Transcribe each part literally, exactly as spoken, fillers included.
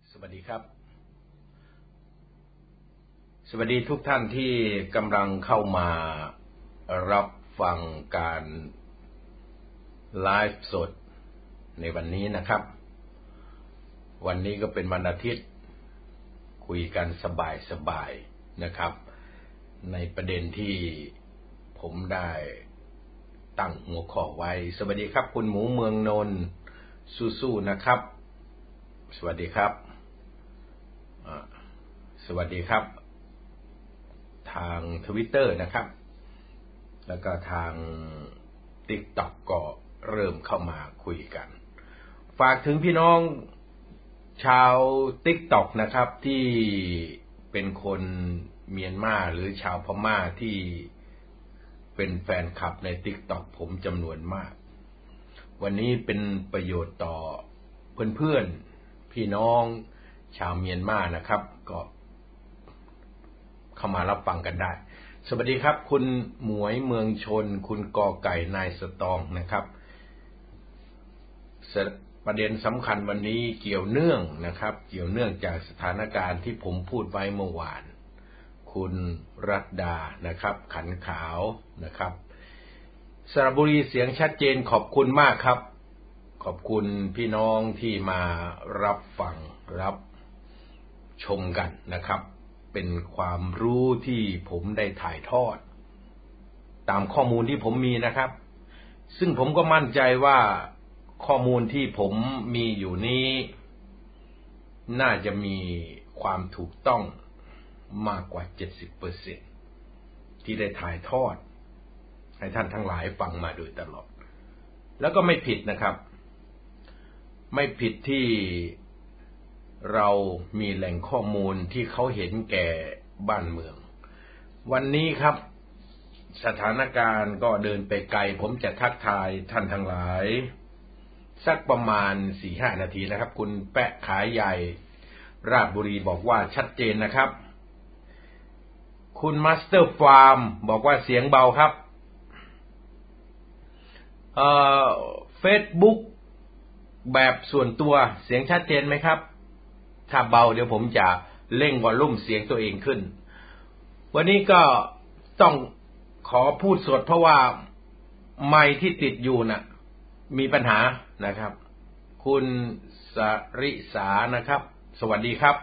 สวัสดีครับสวัสดีทุกท่านที่กำลังเข้ามารับฟังการไลฟ์สดในวันนี้นะครับวันนี้ก็เป็นวันอาทิตย์คุยกันสบายๆนะครับในประเด็นที่ผมได้ตั้งหัวข้อไว้สวัสดีครับคุณหมูเมืองนนท์สู้ๆนะครับสวัสดีครับสวัสดีครับทาง Twitter นะครับแล้วก็ทาง TikTok ก็เริ่มเข้ามาคุยกันฝากถึงพี่น้องชาว TikTok นะครับที่เป็นคนเมียนมาหรือชาวพม่าที่เป็นแฟนคลับใน TikTok ผมจำนวนมากวันนี้เป็นประโยชน์ต่อเพื่อนๆพี่น้องชาวเมียนมานะครับก็เข้ามารับฟังกันได้สวัสดีครับคุณหมวยเมืองชนคุณกอไก่นายสตองนะครับประเด็นสำคัญวันนี้เกี่ยวเนื่องนะครับเกี่ยวเนื่องจากสถานการณ์ที่ผมพูดไว้เมื่อวานคุณรัตดานะครับขันขาวนะครับสระบุรีเสียงชัดเจนขอบคุณมากครับขอบคุณพี่น้องที่มารับฟังรับชมกันนะครับเป็นความรู้ที่ผมได้ถ่ายทอดตามข้อมูลที่ผมมีนะครับซึ่งผมก็มั่นใจว่าข้อมูลที่ผมมีอยู่นี้น่าจะมีความถูกต้องมากกว่า เจ็ดสิบเปอร์เซ็นต์ ที่ได้ถ่ายทอดให้ท่านทั้งหลายฟังมาโดยตลอดแล้วก็ไม่ผิดนะครับไม่ผิดที่เรามีแหล่งข้อมูลที่เขาเห็นแก่บ้านเมืองวันนี้ครับสถานการณ์ก็เดินไปไกลผมจะทักทายท่านทั้งหลายสักประมาณ สี่ห้า นาทีนะครับคุณแปะขายใหญ่ราชบุรีบอกว่าชัดเจนนะครับคุณมาสเตอร์ฟาร์มบอกว่าเสียงเบาครับเอ่อ Facebook แบบส่วนตัวเสียงชัดเจนไหมครับถ้าเบาเดี๋ยวผมจะเร่งวอลลุ่มเสียงตัวเองขึ้นวันนี้ก็ต้องขอพูดสดเพราะว่าไมค์ที่ติดอยู่น่ะมีปัญหานะครับคุณสริสานะครับสวัสดีครับ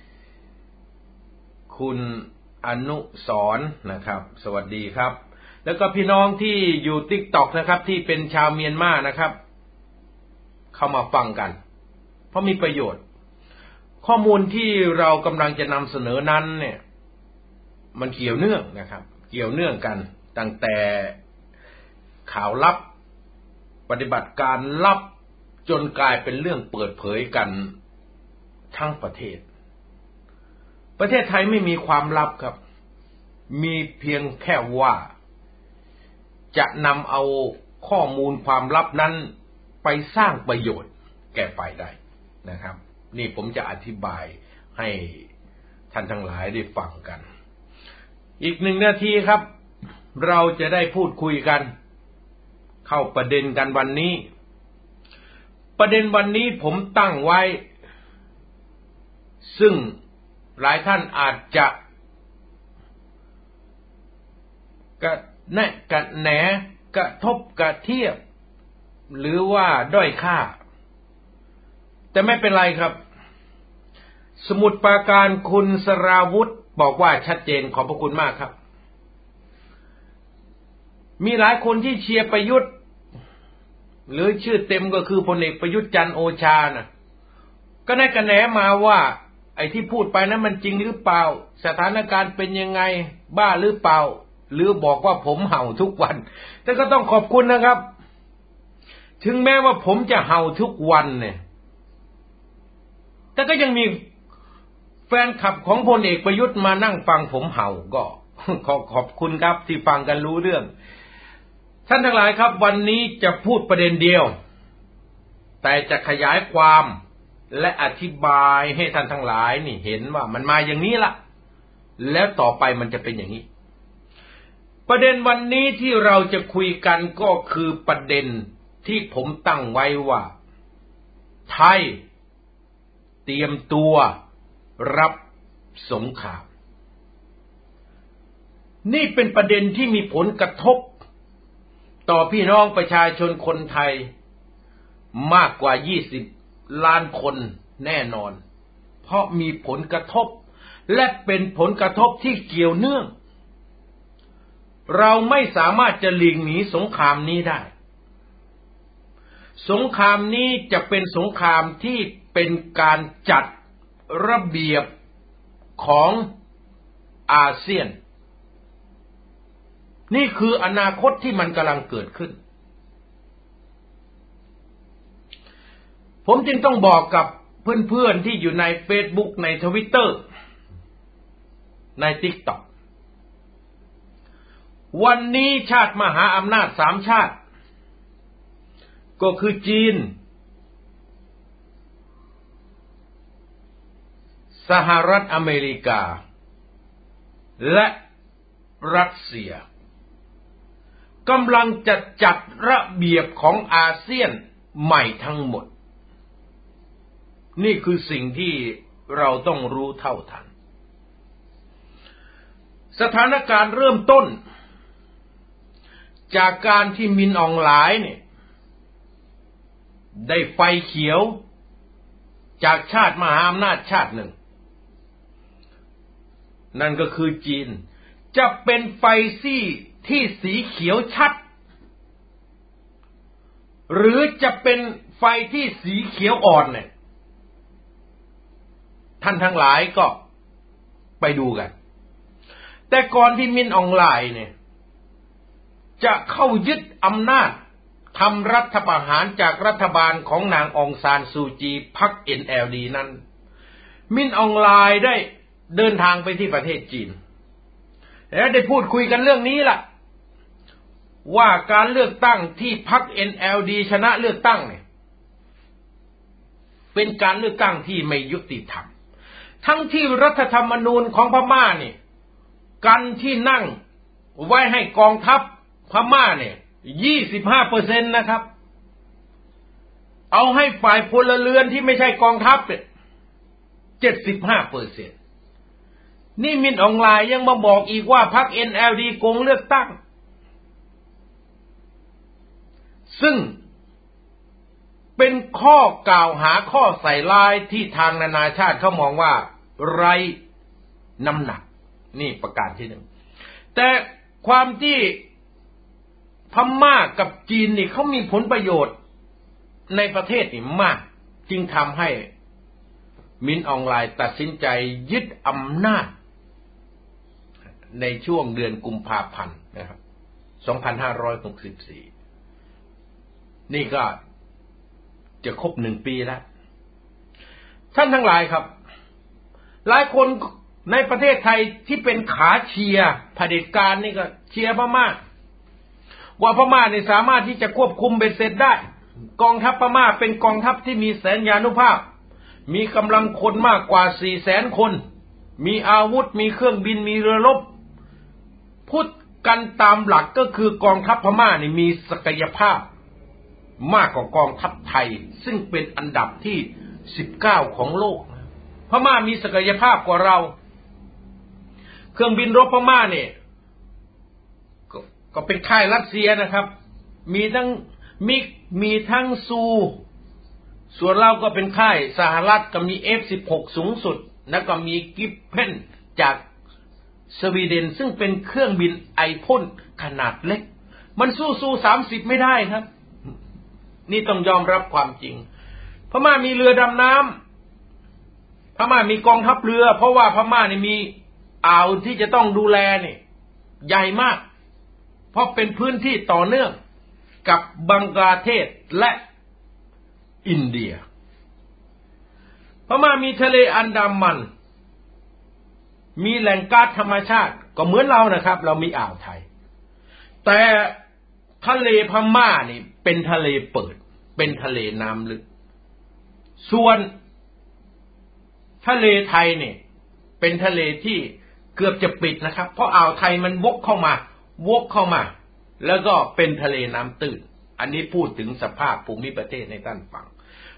คุณอนุสรณ์นะครับสวัสดีครับแล้วก็พี่น้องที่อยู่ TikTok นะครับที่เป็นชาวเมียนมานะครับเข้ามาฟังกันเพราะมีประโยชน์ข้อมูลที่เรากำลังจะนำเสนอนั้นเนี่ยมันเกี่ยวเนื่องนะครับเกี่ยวเนื่องกันตั้งแต่ข่าวลับปฏิบัติการลับจนกลายเป็นเรื่องเปิดเผยกันทั้งประเทศประเทศไทยไม่มีความลับครับมีเพียงแค่ว่าจะนำเอาข้อมูลความลับนั้นไปสร้างประโยชน์แก่ฝ่ายใดนะครับนี่ผมจะอธิบายให้ท่านทั้งหลายได้ฟังกันอีกหนึ่งนาทีครับเราจะได้พูดคุยกันเข้าประเด็นกันวันนี้ประเด็นวันนี้ผมตั้งไว้ซึ่งหลายท่านอาจจะกระแนะกระแหนกระทบกระเทียบหรือว่าด้อยค่าแต่ไม่เป็นไรครับสมุทรปราการคุณสราวุธบอกว่าชัดเจนขอบพระคุณมากครับมีหลายคนที่เชียร์ประยุทธ์หรือชื่อเต็มก็คือพลเอกประยุทธ์จันทร์โอชานะก็ได้กระแหนมาว่าไอ้ที่พูดไปนั้นมันจริงหรือเปล่าสถานการณ์เป็นยังไงบ้าหรือเปล่าหรือบอกว่าผมเห่าทุกวันแต่ก็ต้องขอบคุณนะครับถึงแม้ว่าผมจะเห่าทุกวันเนี่ยแต่ก็ยังมีแฟนคลับของพลเอกประยุทธ์มานั่งฟังผมเห่าก็ขอขอบคุณครับที่ฟังกันรู้เรื่องท่านทั้งหลายครับวันนี้จะพูดประเด็นเดียวแต่จะขยายความและอธิบายให้ท่านทั้งหลายนี่เห็นว่ามันมาอย่างนี้ล่ะแล้วต่อไปมันจะเป็นอย่างนี้ประเด็นวันนี้ที่เราจะคุยกันก็คือประเด็นที่ผมตั้งไว้ว่าไทยเตรียมตัวรับสงครามนี่เป็นประเด็นที่มีผลกระทบต่อพี่น้องประชาชนคนไทยมากกว่ายี่สิบล้านคนแน่นอนเพราะมีผลกระทบและเป็นผลกระทบที่เกี่ยวเนื่องเราไม่สามารถจะหลีกหนีสงครามนี้ได้สงครามนี้จะเป็นสงครามที่เป็นการจัดระเบียบของอาเซียนนี่คืออนาคตที่มันกำลังเกิดขึ้นผมจึงต้องบอกกับเพื่อนๆที่อยู่ใน Facebook ใน Twitter ใน TikTok วันนี้ชาติมหาอำนาจสามชาติก็คือจีนสหรัฐอเมริกาและรัสเซียกำลังจะจัดระเบียบของอาเซียนใหม่ทั้งหมดนี่คือสิ่งที่เราต้องรู้เท่าทันสถานการณ์เริ่มต้นจากการที่มินอองหลายเนี่ยได้ไฟเขียวจากชาติมหาอำนาจชาติหนึ่งนั่นก็คือจีนจะเป็นไฟซี่ที่สีเขียวชัดหรือจะเป็นไฟที่สีเขียวอ่อนเนี่ยท่านทั้งหลายก็ไปดูกันแต่ก่อนที่มินอองหลายเนี่ยจะเข้ายึดอำนาจทำรัฐประหารจากรัฐบาลของนางองซานซูจีพรรค เอ็น แอล ดี นั้นมินอองหลายได้เดินทางไปที่ประเทศจีนและได้พูดคุยกันเรื่องนี้ล่ะว่าการเลือกตั้งที่พรรค เอ็น แอล ดี ชนะเลือกตั้งเนี่ยเป็นการเลือกตั้งที่ไม่ยุติธรรมทั้งที่รัฐธรรมนูญของพม่าเนี่ยกันที่นั่งไว้ให้กองทัพพม่าเนี่ย ยี่สิบห้าเปอร์เซ็นต์ นะครับเอาให้ฝ่ายพลเรือนที่ไม่ใช่กองทัพเนี่ย เจ็ดสิบห้าเปอร์เซ็นต์ นี่มินอองหลายยังมาบอกอีกว่าพรรค เอ็น แอล ดี โกงเลือกตั้งซึ่งเป็นข้อกล่าวหาข้อใส่ร้ายที่ทางนานาชาติเขามองว่าไร้น้ำหนักนี่ประการที่หนึ่งแต่ความที่พม่ากับจีนนี่เขามีผลประโยชน์ในประเทศนี่มากจึงทำให้มินอองหลายตัดสินใจยึดอำนาจในช่วงเดือนกุมภาพันธ์นะครับสองพันห้าร้อยหกสิบสี่นี่ก็จะครบหนึ่งปีแล้วท่านทั้งหลายครับหลายคนในประเทศไทยที่เป็นขาเชียร์เผด็จการนี่ก็เชียร์พม่าว่าพม่าเนี่ยสามารถที่จะควบคุมเบ็ดเสร็จได้กองทัพพม่าเป็นกองทัพที่มีแสนยานุภาพมีกำลังคนมากกว่าสี่แสนคนมีอาวุธมีเครื่องบินมีเรือรบพูดกันตามหลักก็คือกองทัพพม่านี่มีศักยภาพมากกว่ากองทัพไทยซึ่งเป็นอันดับที่สิบเก้าของโลกพม่ามีศักยภาพกว่าเราเครื่องบินรบพม่าเนี่ย ก, ก็เป็นค่ายรัสเซียนะครับมีทั้งมิกมีทั้งซูส่วนเราก็เป็นค่ายสหรัฐก็มี เอฟ สิบหก สูงสุดแล้วก็มีกิฟเพนจากสวีเดนซึ่งเป็นเครื่องบินไอพ่นขนาดเล็กมันสู้ซูสามสิบไม่ได้ครับนี่ต้องยอมรับความจริงพม่ามีเรือดำน้ำพม่ามีกองทัพเรือเพราะว่าพม่านี่มีอ่าวที่จะต้องดูแลนี่ใหญ่มากเพราะเป็นพื้นที่ต่อเนื่องกับบังกลาเทศและอินเดียพม่ามีทะเลอันดามันมีแหล่งก๊าซธรรมชาติก็เหมือนเรานะครับเรามีอ่าวไทยแต่ทะเลพม่านี่เป็นทะเลเปิดเป็นทะเลน้ำลึกส่วนทะเลไทยเนี่ยเป็นทะเลที่เกือบจะปิดนะครับเพราะอ่าวไทยมันวกเข้ามาวกเข้ามาแล้วก็เป็นทะเลน้ำตื้นอันนี้พูดถึงสภาพภูมิประเทศในท่านฟัง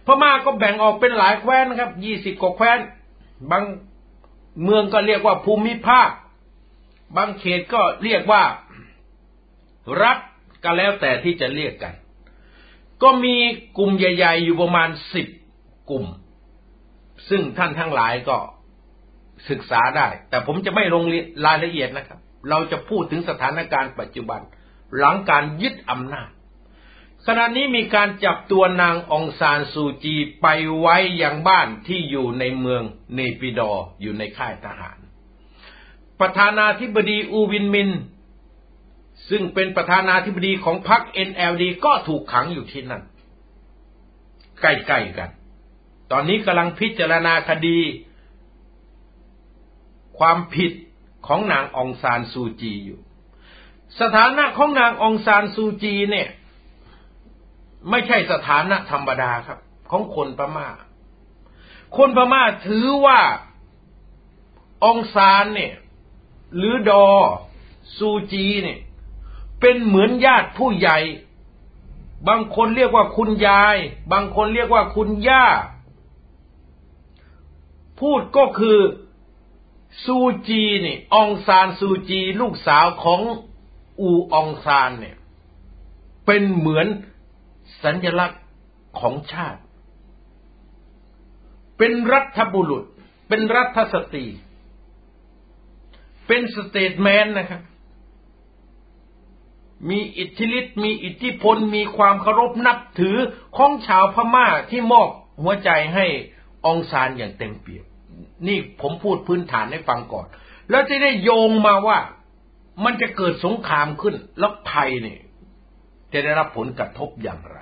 พม่าก็แบ่งออกเป็นหลายแคว้นนะครับยี่สิบกว่าแคว้นบางเมืองก็เรียกว่าภูมิภาคบางเขตก็เรียกว่ารัฐก็แล้วแต่ที่จะเรียกกันก็มีกลุ่มใหญ่ๆอยู่ประมาณสิบกลุ่มซึ่งท่านทั้งหลายก็ศึกษาได้แต่ผมจะไม่ลงรายละเอียดนะครับเราจะพูดถึงสถานการณ์ปัจจุบันหลังการยึดอำนาจขณะนี้มีการจับตัวนางองซานซูจีไปไว้ยังบ้านที่อยู่ในเมืองเนปิดอร์อยู่ในค่ายทหารประธานาธิบดีอูวินมินซึ่งเป็นประธานาธิบดีของพรรค เอ็น แอล ดี ก็ถูกขังอยู่ที่นั่นใกล้ๆกันตอนนี้กำลังพิจารณาคดีความผิดของนางองซานซูจีอยู่สถานะของนางองซานซูจีเนี่ยไม่ใช่สถานะธรรมดาครับของคนพม่าคนพม่าถือว่าองซานเนี่ยหรือดอซูจีเนี่ยเป็นเหมือนญาติผู้ใหญ่บางคนเรียกว่าคุณยายบางคนเรียกว่าคุณย่าพูดก็คือซูจีนี่องซานซูจีลูกสาวของอูองซานเนี่ยเป็นเหมือนสัญลักษณ์ของชาติเป็นรัฐบุรุษเป็นรัฐสตรีเป็นสเตทแมนนะครับมีอิทธิฤทธิ์มีอิทธิพลมีความเคารพนับถือของชาวพม่าที่มอบหัวใจให้องซานอย่างเต็มเปี่ยมนี่ผมพูดพื้นฐานให้ฟังก่อนแล้วจะได้โยงมาว่ามันจะเกิดสงครามขึ้นแล้วไทยเนี่ยจะได้รับผลกระทบอย่างไร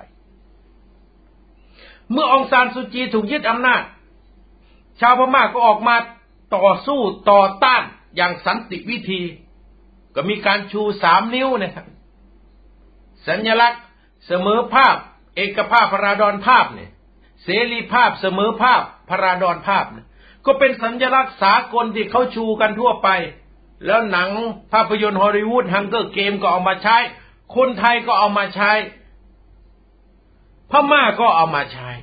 เมื่อองซานซูจีถูกยึดอำนาจชาวพม่าก็ออกมาต่อสู้ต่อต้านอย่างสันติวิธีก็มีการชูสามนิ้วนะครับสัญลักษณ์เสมอภาพเอกภาพพราดรภาพเนี่ยเสรีภาพเสมอภาพพราดรภาพเนี่ยก็เป็นสัญลักษณ์สากลที่เขาชูกันทั่วไปแล้วหนังภาพยนตร์ฮอลลีวูดฮังเกอร์เกมก็เอามาใช้คนไทยก็เอามาใช้พม่าก็เอามาใช้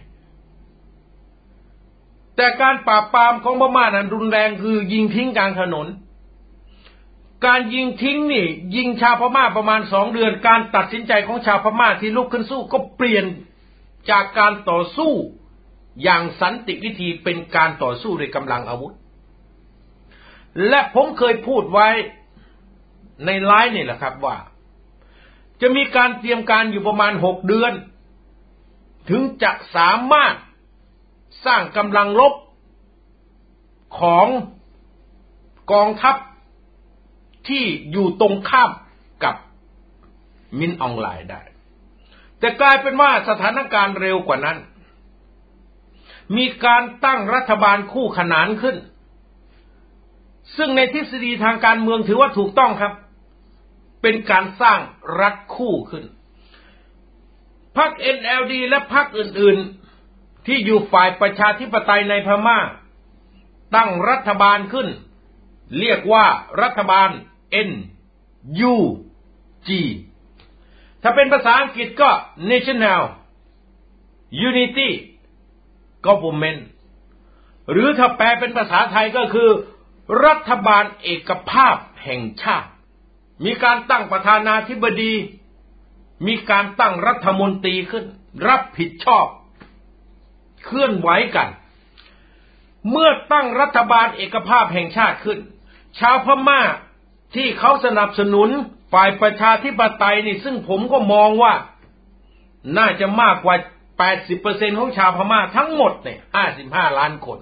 แต่การปราบปรามของพม่านั้นรุนแรงคือยิงทิ้งกลางถนนการยิงทิ้งนี่ยิงชาวพม่าประมาณสองเดือนการตัดสินใจของชาวพม่าที่ลุกขึ้นสู้ก็เปลี่ยนจากการต่อสู้อย่างสันติวิธีเป็นการต่อสู้ด้วยกำลังอาวุธและผมเคยพูดไว้ในไลฟ์นี่แหละครับว่าจะมีการเตรียมการอยู่ประมาณหกเดือนถึงจะสามารถสร้างกำลังรบของกองทัพที่อยู่ตรงข้ามกับมินอองไลน์ได้แต่กลายเป็นว่าสถานการณ์เร็วกว่านั้นมีการตั้งรัฐบาลคู่ขนานขึ้นซึ่งในทฤษฎีทางการเมืองถือว่าถูกต้องครับเป็นการสร้างรัฐคู่ขึ้นพรรค เอ็น แอล ดี และพรรคอื่นๆที่อยู่ฝ่ายประชาธิปไตยในพม่าตั้งรัฐบาลขึ้นเรียกว่ารัฐบาล เอ็น ยู จี ถ้าเป็นภาษาอังกฤษก็ National Unity Government หรือถ้าแปลเป็นภาษาไทยก็คือรัฐบาลเอกภาพแห่งชาติมีการตั้งประธานาธิบดีมีการตั้งรัฐมนตรีขึ้นรับผิดชอบเคลื่อนไหวกันเมื่อตั้งรัฐบาลเอกภาพแห่งชาติขึ้นชาวพม่าที่เขาสนับสนุนฝ่ายประชาธิปไตยนี่ซึ่งผมก็มองว่าน่าจะมากกว่า แปดสิบเปอร์เซ็นต์ ของชาวพม่าทั้งหมดเนี่ยห้าสิบห้าล้านคน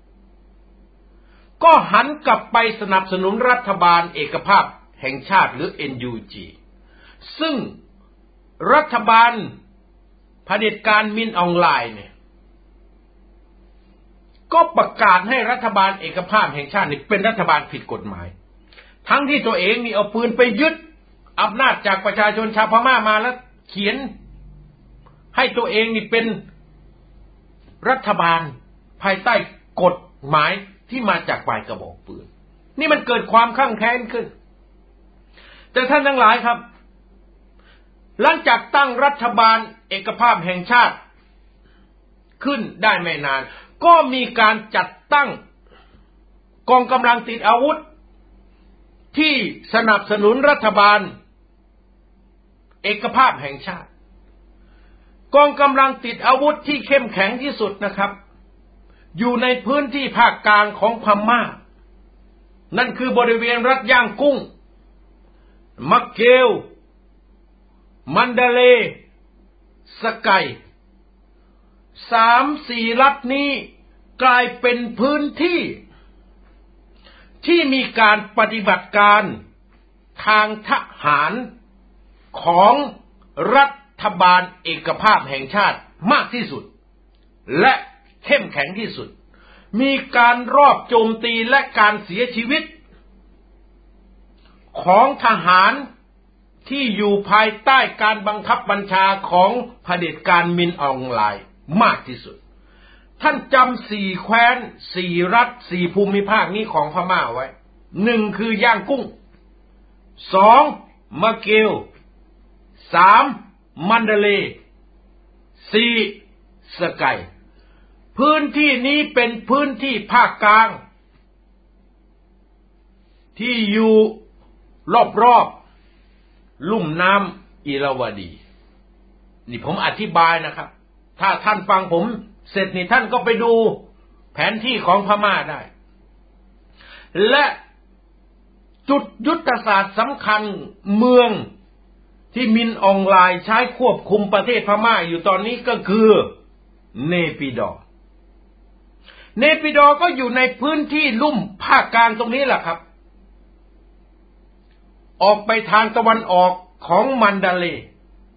ก็หันกลับไปสนับสนุนรัฐบาลเอกภาพแห่งชาติหรือ เอ็น ยู จี ซึ่งรัฐบาลเผด็จการมินอองไลน์เนี่ยก็ประกาศให้รัฐบาลเอกภาพแห่งชาตินี่เป็นรัฐบาลผิดกฎหมายทั้งที่ตัวเองนี่เอาปืนไปยึดอำนาจจากประชาชนชาวพม่ามาแล้วเขียนให้ตัวเองนี่เป็นรัฐบาลภายใต้กฎหมายที่มาจากปลายกระบอกปืนนี่มันเกิดความข้างแค้นขึ้นแต่ท่านทั้งหลายครับหลังจากตั้งรัฐบาลเอกภาพแห่งชาติขึ้นได้ไม่นานก็มีการจัดตั้งกองกำลังติดอาวุธที่สนับสนุนรัฐบาลเอกภาพแห่งชาติกองกำลังติดอาวุธที่เข้มแข็งที่สุดนะครับอยู่ในพื้นที่ภาคกลางของพม่านั่นคือบริเวณรัฐย่างกุ้งมักเกลมันดาเลย์สไกสามสี่รัฐนี้กลายเป็นพื้นที่ที่มีการปฏิบัติการทางทหารของรัฐบาลเอกภาพแห่งชาติมากที่สุดและเข้มแข็งที่สุดมีการรอบโจมตีและการเสียชีวิตของทหารที่อยู่ภายใต้การบังคับบัญชาของเผด็จการมินอองไลน์มากที่สุดท่านจำสี่แคว้นสี่รัฐสี่ภูมิภาคนี้ของพม่าไว้หนึ่งคือย่างกุ้งสองมะเกลสามมันดาเลย์สี่สไกพื้นที่นี้เป็นพื้นที่ภาคกลางที่อยู่รอบๆลุ่มน้ำอิราวดีนี่ผมอธิบายนะครับถ้าท่านฟังผมเสร็จนี่ท่านก็ไปดูแผนที่ของพม่าได้และจุดยุทธศาสตร์สำคัญเมืองที่มินอองไลน์ใช้ควบคุมประเทศพม่าอยู่ตอนนี้ก็คือเนปิดอร์เนปิดอร์ก็อยู่ในพื้นที่ลุ่มภาคกลางตรงนี้แหละครับออกไปทางตะวันออกของมันดาเลย์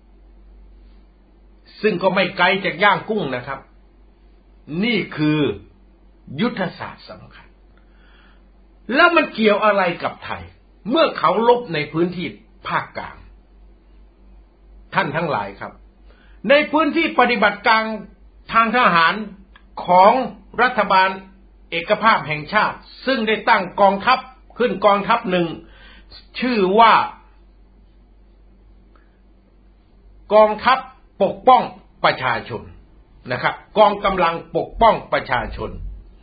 ซึ่งก็ไม่ไกลจากย่างกุ้งนะครับนี่คือยุทธศาสตร์สำคัญแล้วมันเกี่ยวอะไรกับไทยเมื่อเขาลบในพื้นที่ภาคกลางท่านทั้งหลายครับในพื้นที่ปฏิบัติการทางทหารของรัฐบาลเอกภาพแห่งชาติซึ่งได้ตั้งกองทัพขึ้นกองทัพหนึ่งชื่อว่ากองทัพปกป้องประชาชนนะครับกองกำลังปกป้องประชาชน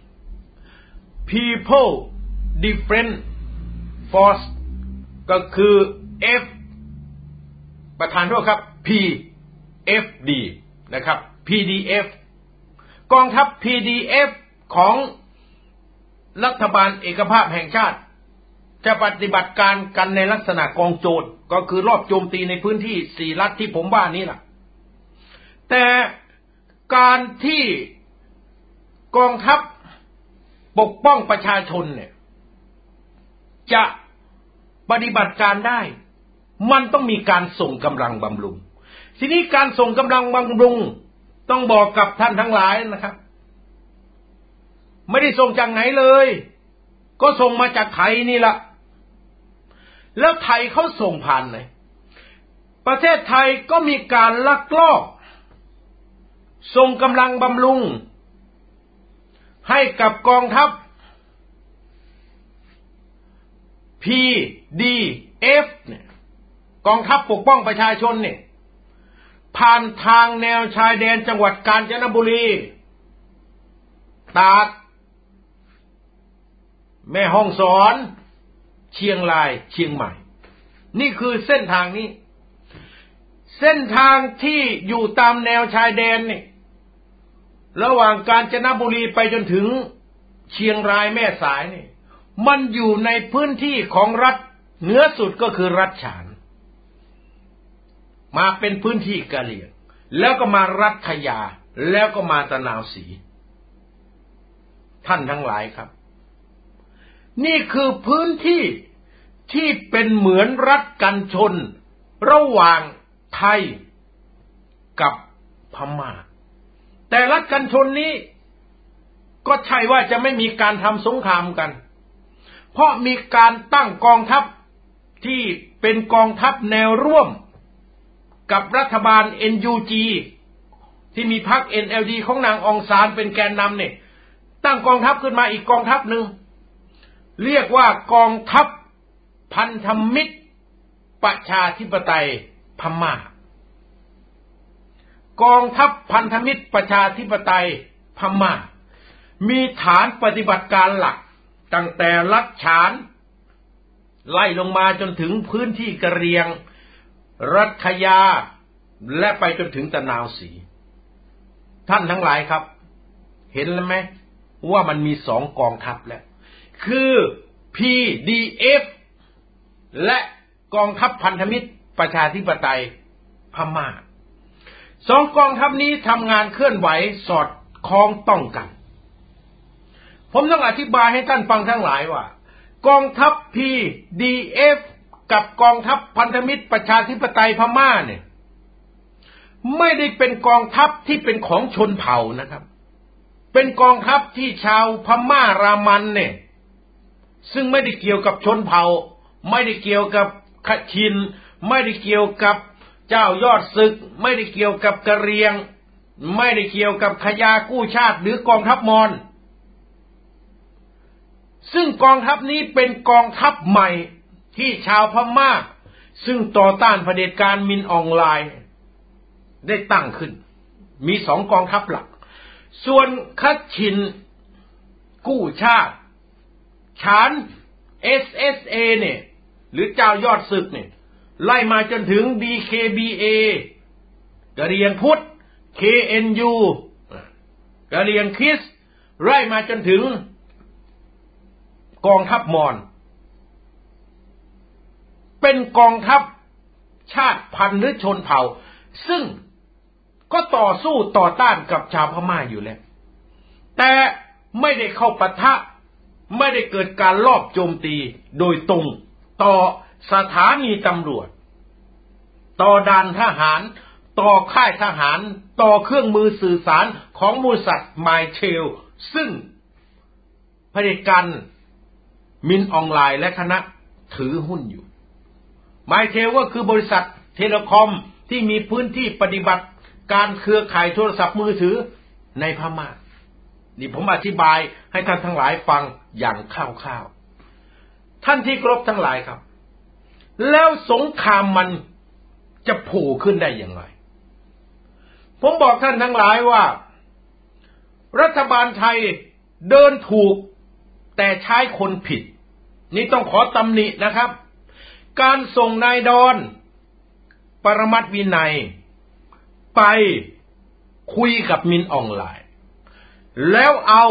People Defense Force ก็คือ F ประธานโทษครับ พี เอฟ ดี นะครับ พี ดี เอฟ กองทัพ พี ดี เอฟ ของรัฐบาลเอกภาพแห่งชาติจะปฏิบัติการกันในลักษณะกองโจรก็คือรอบโจมตีในพื้นที่สี่รัฐที่ผมว่านี้ล่ะแต่การที่กองทัพปกป้องประชาชนเนี่ยจะปฏิบัติการได้มันต้องมีการส่งกำลังบำรุงทีนี้การส่งกำลังบำรุงต้องบอกกับท่านทั้งหลายนะครับไม่ได้ส่งจากไหนเลยก็ส่งมาจากไทยนี่ล่ะแล้วไทยเขาส่งผ่านไหนประเทศไทยก็มีการลักลอบส่งกำลังบำรุงให้กับกองทัพ พี ดี เอฟ เนี่ยกองทัพปกป้องประชาชนเนี่ยผ่านทางแนวชายแดนจังหวัดกาญจนบุรีตากแม่ฮ่องสอนเชียงรายเชียงใหม่นี่คือเส้นทางนี้เส้นทางที่อยู่ตามแนวชายแดนนี่ระหว่างกาญจนบุรีไปจนถึงเชียงรายแม่สายนี่มันอยู่ในพื้นที่ของรัฐเหนือสุดก็คือรัฐฉานมาเป็นพื้นที่กะเหรี่ยงแล้วก็มารัฐขยาแล้วก็มาตะนาวศรีท่านทั้งหลายครับนี่คือพื้นที่ที่เป็นเหมือนรัฐกันชนระหว่างไทยกับพม่าแต่รัฐกันชนนี้ก็ใช่ว่าจะไม่มีการทำสงครามกันเพราะมีการตั้งกองทัพที่เป็นกองทัพแนวร่วมกับรัฐบาล เอ็น ยู จี ที่มีพรรค เอ็น แอล ดี ของนางองซานเป็นแกนนำเนี่ยตั้งกองทัพขึ้นมาอีกกองทัพหนึ่งเรียกว่ากองทัพพันธมิตรประชาธิปไตยพม่ากองทัพพันธมิตรประชาธิปไตยพม่ามีฐานปฏิบัติการหลักตั้งแต่ลัดฉานไล่ลงมาจนถึงพื้นที่กะเหรี่ยงรัฐยาและไปจนถึงตะนาวศรีท่านทั้งหลายครับเห็นแล้วไหมว่ามันมีสองกองทัพแล้วคือ พี ดี เอฟ และกองทัพพันธมิตรประชาธิปไตยพม่าสองกองทัพนี้ทำงานเคลื่อนไหวสอดคล้องต้องกันผมต้องอธิบายให้ท่านฟังทั้งหลายว่ากองทัพ พี ดี เอฟ กับกองทัพพันธมิตรประชาธิปไตยพม่าเนี่ยไม่ได้เป็นกองทัพที่เป็นของชนเผ่านะครับเป็นกองทัพที่ชาวพม่ารามันเนี่ยซึ่งไม่ได้เกี่ยวกับชนเผ่าไม่ได้เกี่ยวกับขชินไม่ได้เกี่ยวกับเจ้ายอดศึกไม่ได้เกี่ยวกับกะเหรี่ยงไม่ได้เกี่ยวกับขยากู้ชาติหรือกองทัพมอญซึ่งกองทัพนี้เป็นกองทัพใหม่ที่ชาวพม่าซึ่งต่อต้านเผด็จการมินอองไลน์ได้ตั้งขึ้นมีสองกองทัพหลักส่วนคัดชินกู้ชาติฉาน เอส เอส เอ เนี่ยหรือเจ้ายอดศึกเนี่ยไล่มาจนถึง ดี เค บี เอ กะเหรี่ยงพุทธ เค เอ็น ยู กะเหรี่ยงคริสต์ไล่มาจนถึงกองทัพมอญเป็นกองทัพชาติพันธุ์หรือชนเผ่าซึ่งก็ต่อสู้ต่อต้านกับชาวพม่าอยู่แล้วแต่ไม่ได้เข้าปะทะไม่ได้เกิดการลอบโจมตีโดยตรงต่อสถานีตำรวจต่อด่านทหารต่อค่ายทหารต่อเครื่องมือสื่อสารของบริษัทไมเชลซึ่งเผด็จการมินอองไลน์และคณะถือหุ้นอยู่ไมเชลก็คือบริษัทเทเลคอมที่มีพื้นที่ปฏิบัติการเครือข่ายโทรศัพท์มือถือในพม่านี่ผมอธิบายให้ท่านทั้งหลายฟังอย่างคร่าวๆท่านที่เคารพทั้งหลายครับแล้วสงครามมันจะโผล่ขึ้นได้อย่างไรผมบอกท่านทั้งหลายว่ารัฐบาลไทยเดินถูกแต่ใช้คนผิดนี่ต้องขอตำหนินะครับการส่งนายดอนปรมัตถ์วินัยไปคุยกับมินอองไลน์แล้วเอา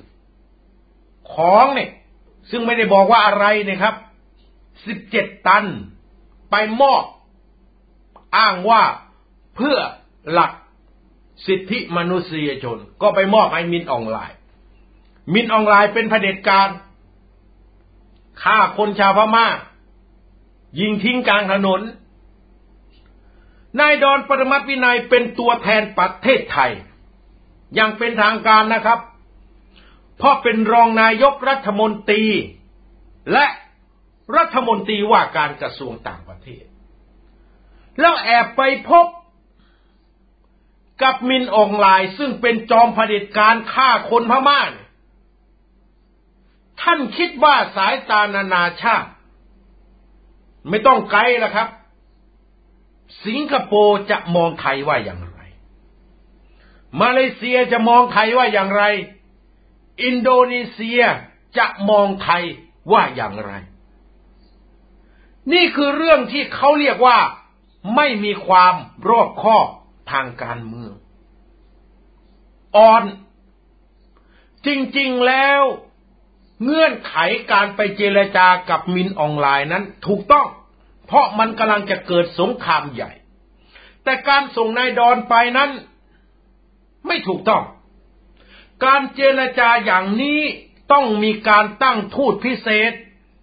ของเนี่ยซึ่งไม่ได้บอกว่าอะไรนะครับสิบเจ็ดตันไปมอบอ้างว่าเพื่อหลักสิทธิมนุษยชนก็ไปมอบให้มินอองไลน์มินอองไลน์เป็นเผด็จการฆ่าคนชาวพม่ายิงทิ้งกลางถนนนายดอนปรมัตถ์วินัยเป็นตัวแทนประเทศไทยอย่างเป็นทางการนะครับเพราะเป็นรองนายกรัฐมนตรีและรัฐมนตรีว่าการกระทรวงต่างประเทศแล้วแอบไปพบกับมินอองไลน์ซึ่งเป็นจอมเผด็จการฆ่าคนพม่าท่านคิดว่าสายตานานาชาติไม่ต้องไกลละครับสิงคโปร์จะมองไทยว่าอย่างไรมาเลเซียจะมองไทยว่าอย่างไรอินโดนีเซียจะมองไทยว่าอย่างไรนี่คือเรื่องที่เขาเรียกว่าไม่มีความรอบคอบทางการเมืองอ่อนจริงๆแล้วเงื่อนไขการไปเจรจากับมินอองไลน์นั้นถูกต้องเพราะมันกำลังจะเกิดสงครามใหญ่แต่การส่งนายดอนไปนั้นไม่ถูกต้องการเจรจาอย่างนี้ต้องมีการตั้งทูตพิเศษ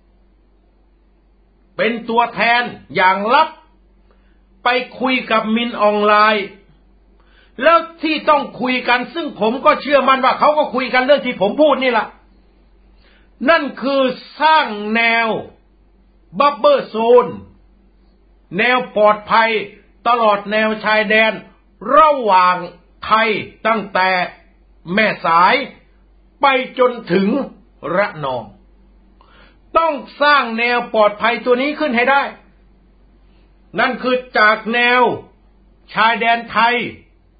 เป็นตัวแทนอย่างลับไปคุยกับมินอองไลน์แล้วที่ต้องคุยกันซึ่งผมก็เชื่อมั่นว่าเขาก็คุยกันเรื่องที่ผมพูดนี่แหละนั่นคือสร้างแนวบัฟเฟอร์โซนแนวปลอดภัยตลอดแนวชายแดนระหว่างไทยตั้งแต่แม่สายไปจนถึงระนองต้องสร้างแนวปลอดภัยตัวนี้ขึ้นให้ได้นั่นคือจากแนวชายแดนไทย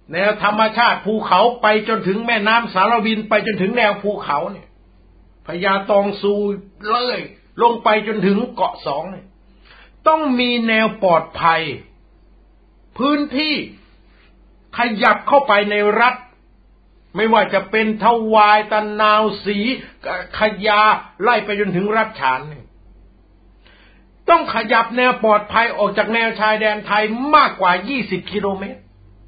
แนวธรรมชาติภูเขาไปจนถึงแม่น้ำสารวินไปจนถึงแนวภูเขาเนี่ยพญาตองซูเลยลงไปจนถึงเกาะสองเนี่ยต้องมีแนวปลอดภัยพื้นที่ขยับเข้าไปในรัฐไม่ว่าจะเป็นทวายตะนาวศรีขยาไล่ไปจนถึงรัฐฉานเนี่ยต้องขยับแนวปลอดภัยออกจากแนวชายแดนไทยมากกว่ายี่สิบกิโลเมตร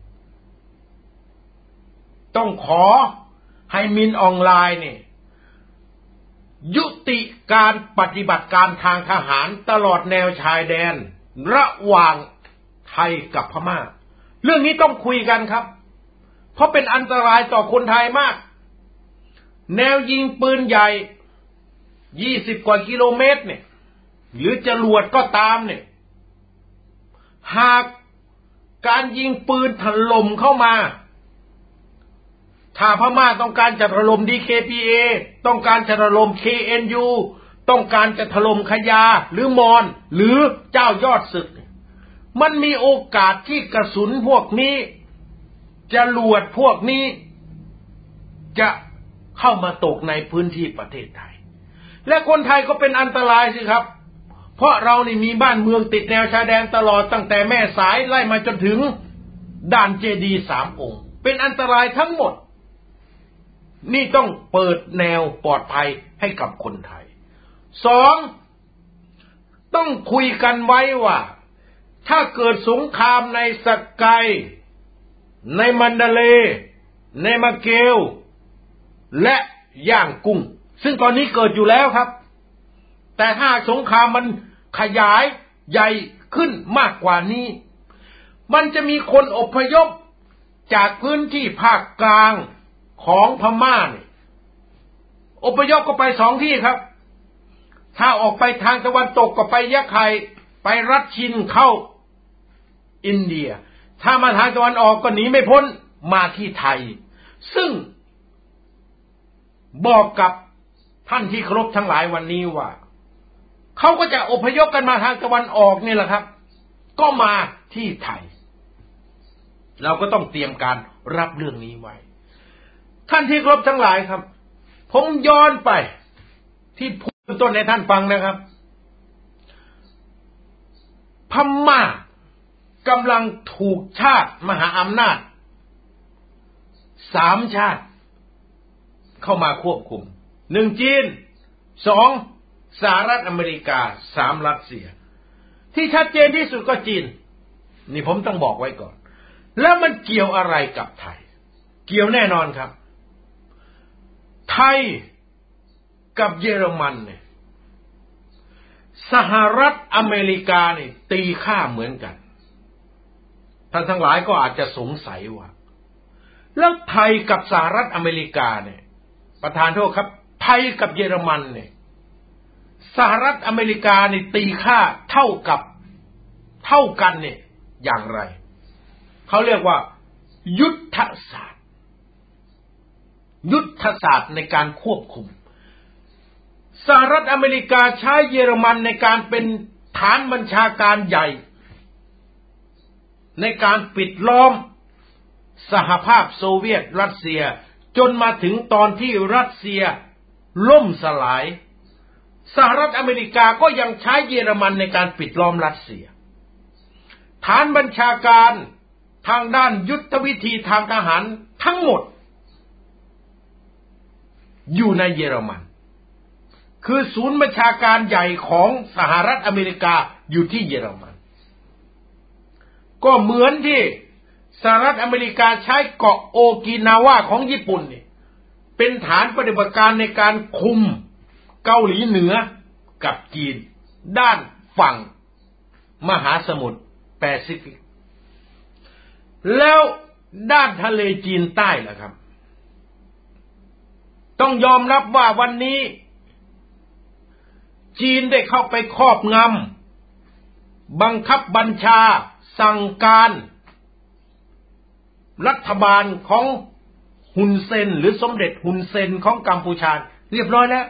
ต้องขอให้มินออนไลน์เนี่ยยุติการปฏิบัติการทางทหารตลอดแนวชายแดนระหว่างไทยกับพม่าเรื่องนี้ต้องคุยกันครับเพราะเป็นอันตรายต่อคนไทยมากแนวยิงปืนใหญ่ยี่สิบกว่ากิโลเมตรเนี่ยหรือจรวดก็ตามเนี่ยหากการยิงปืนถล่มเข้ามาถ้าพม่าต้องการจะถล่ม ดี เค พี เอ ต้องการจะถล่ม เค เอ็น ยู ต้องการจะถล่มขยาหรือมอญหรือเจ้ายอดศึกมันมีโอกาสที่กระสุนพวกนี้จรวดพวกนี้จะเข้ามาตกในพื้นที่ประเทศไทยและคนไทยก็เป็นอันตรายสิครับเพราะเรานี่มีบ้านเมืองติดแนวชายแดนตลอดตั้งแต่แม่สายไล่มาจนถึงด่านเจดีย์สามองค์เป็นอันตรายทั้งหมดนี่ต้องเปิดแนวปลอดภัยให้กับคนไทยสองต้องคุยกันไว้ว่าถ้าเกิดสงครามในสกายในมันดาเลในมาเกลและย่างกุ้งซึ่งตอนนี้เกิดอยู่แล้วครับแต่ถ้าสงครามมันขยายใหญ่ขึ้นมากกว่านี้มันจะมีคนอพยพจากพื้นที่ภาคกลางของพม่าเนี่ยอพยพก็ไปสองที่ครับถ้าออกไปทางตะวันตกก็ไปยะไข่ไปรัชชินเข้าอินเดียถ้ามาทางตะวันออกก็หนีไม่พ้นมาที่ไทยซึ่งบอกกับท่านที่เคารพทั้งหลายวันนี้ว่าเขาก็จะอพยพกันมาทางตะวันออกนี่แหละครับก็มาที่ไทยเราก็ต้องเตรียมการรับเรื่องนี้ไว้ท่านที่เคารพทั้งหลายครับผมย้อนไปที่พูดต้นให้ท่านฟังนะครับพม่ากำลังถูกชาติมหาอำนาจสามชาติเข้ามาควบคุมหนึ่งจีนสองสหรัฐอเมริกาสามรัสเซียที่ชัดเจนที่สุดก็จีนนี่ผมต้องบอกไว้ก่อนแล้วมันเกี่ยวอะไรกับไทยเกี่ยวแน่นอนครับไทยกับเยอรมันเนี่ยสหรัฐอเมริกาเนี่ยตีค่าเหมือนกันท่านทั้งหลายก็อาจจะสงสัยว่าแล้วไทยกับสหรัฐอเมริกาเนี่ยประธานโทษครับไทยกับเยอรมันเนี่ยสหรัฐอเมริกาเนี่ยตีค่าเท่ากับเท่ากันเนี่ยอย่างไรเขาเรียกว่ายุทธศาสตร์ยุทธศาสตร์ในการควบคุมสหรัฐอเมริกาใช้เยอรมันในการเป็นฐานบัญชาการใหญ่ในการปิดล้อมสหภาพโซเวียตรัสเซียจนมาถึงตอนที่รัสเซียล่มสลายสหรัฐอเมริกาก็ยังใช้เยอรมันในการปิดล้อมรัสเซียฐานบัญชาการทางด้านยุทธวิธีทางทหารทั้งหมดอยู่ในเยอรมันคือศูนย์บัญชาการใหญ่ของสหรัฐอเมริกาอยู่ที่เยอรมันก็เหมือนที่สหรัฐอเมริกาใช้เกาะโอกินาวาของญี่ปุ่นนี่เป็นฐานปฏิบัติการในการคุมเกาหลีเหนือกับจีนด้านฝั่งมหาสมุทรแปซิฟิกแล้วด้านทะเลจีนใต้ล่ะครับต้องยอมรับว่าวันนี้จีนได้เข้าไปครอบงำบังคับบัญชาสั่งการรัฐบาลของฮุนเซนหรือสมเด็จฮุนเซนของกัมพูชาเรียบร้อยแล้ว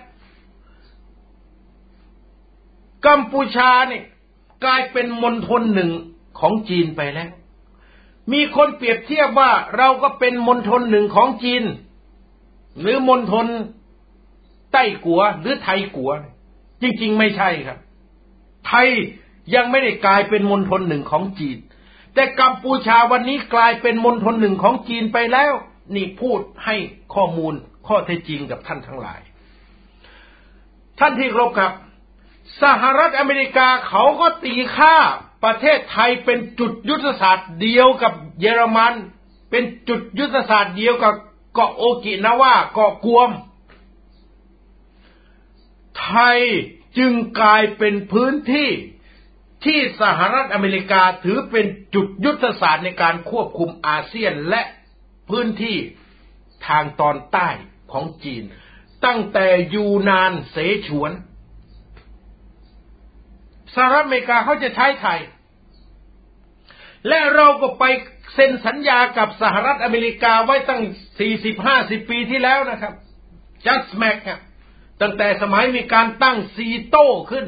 กัมพูชาเนี่ยกลายเป็นมณฑลหนึ่งของจีนไปแล้วมีคนเปรียบเทียบว่าเราก็เป็นมณฑลหนึ่งของจีนหรือมณฑลไต้กัวหรือไทยกัวจริงๆไม่ใช่ครับไทยยังไม่ได้กลายเป็นมณฑลหนึ่งของจีนแต่กัมพูชาวันนี้กลายเป็นมณฑลหนึ่งของจีนไปแล้วนี่พูดให้ข้อมูลข้อเท็จจริงกับท่านทั้งหลายท่านที่เคารพครับสหรัฐอเมริกาเขาก็ตีค่าประเทศไทยเป็นจุดยุทธศาสตร์เดียวกับเยอรมันเป็นจุดยุทธศาสตร์เดียวกับเกาะโอกินาวาเกาะกวมไทยจึงกลายเป็นพื้นที่ที่สหรัฐอเมริกาถือเป็นจุดยุทธศาสตร์ในการควบคุมอาเซียนและพื้นที่ทางตอนใต้ของจีนตั้งแต่ยูนานเสฉวนสหรัฐอเมริกาเขาจะใช้ไทยและเราก็ไปเซ็นสัญญากับสหรัฐอเมริกาไว้ตั้ง สี่สิบห้าสิบ ปีที่แล้วนะครับ Just Mac อ่ะตั้งแต่สมัยมีการตั้งซีโต้ขึ้น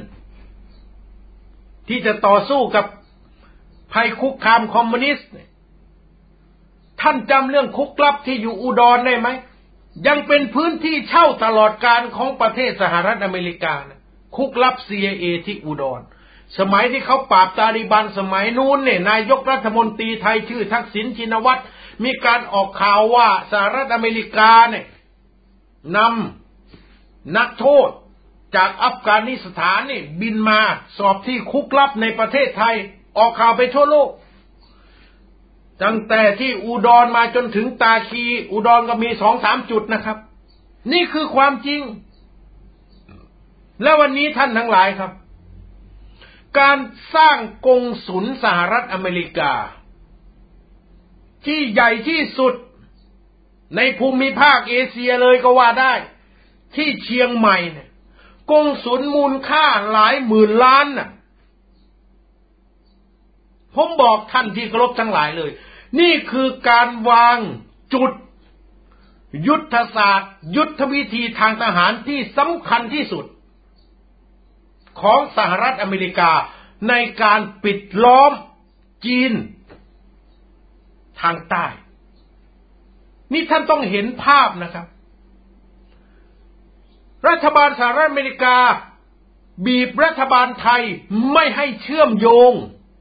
ที่จะต่อสู้กับภัยคุกคามคอมมิวนิสต์ท่านจำเรื่องคุกลับที่อยู่อุดรได้ไหมยังเป็นพื้นที่เช่าตลอดการของประเทศสหรัฐอเมริกานะคุกลับ ซี ไอ เอ ที่อุดรสมัยที่เขาปราบตาลิบันสมัยนู้นเนี่ยนายกรัฐมนตรีไทยชื่อทักษิณชินวัตรมีการออกข่าวว่าสหรัฐอเมริกาเนี่ยนำนักโทษจากอัฟกานิสถานนี่บินมาสอบที่คุกลับในประเทศไทยออกข่าวไปทั่วโลกตั้งแต่ที่อุดรมาจนถึงตาคีอุดรก็มีสองสามจุดนะครับนี่คือความจริงและวันนี้ท่านทั้งหลายครับการสร้างกงสุลสหรัฐอเมริกาที่ใหญ่ที่สุดในภูมิภาคเอเชียเลยก็ว่าได้ที่เชียงใหม่เนี่ยกงสุลมูลค่าหลายหมื่นล้านน่ะผมบอกท่านที่เคารพทั้งหลายเลยนี่คือการวางจุดยุทธศาสตร์ยุทธวิธีทางทหารที่สำคัญที่สุดของสหรัฐอเมริกาในการปิดล้อมจีนทางใต้นี่ท่านต้องเห็นภาพนะครับรัฐบาลสหรัฐอเมริกาบีบรัฐบาลไทยไม่ให้เชื่อมโยง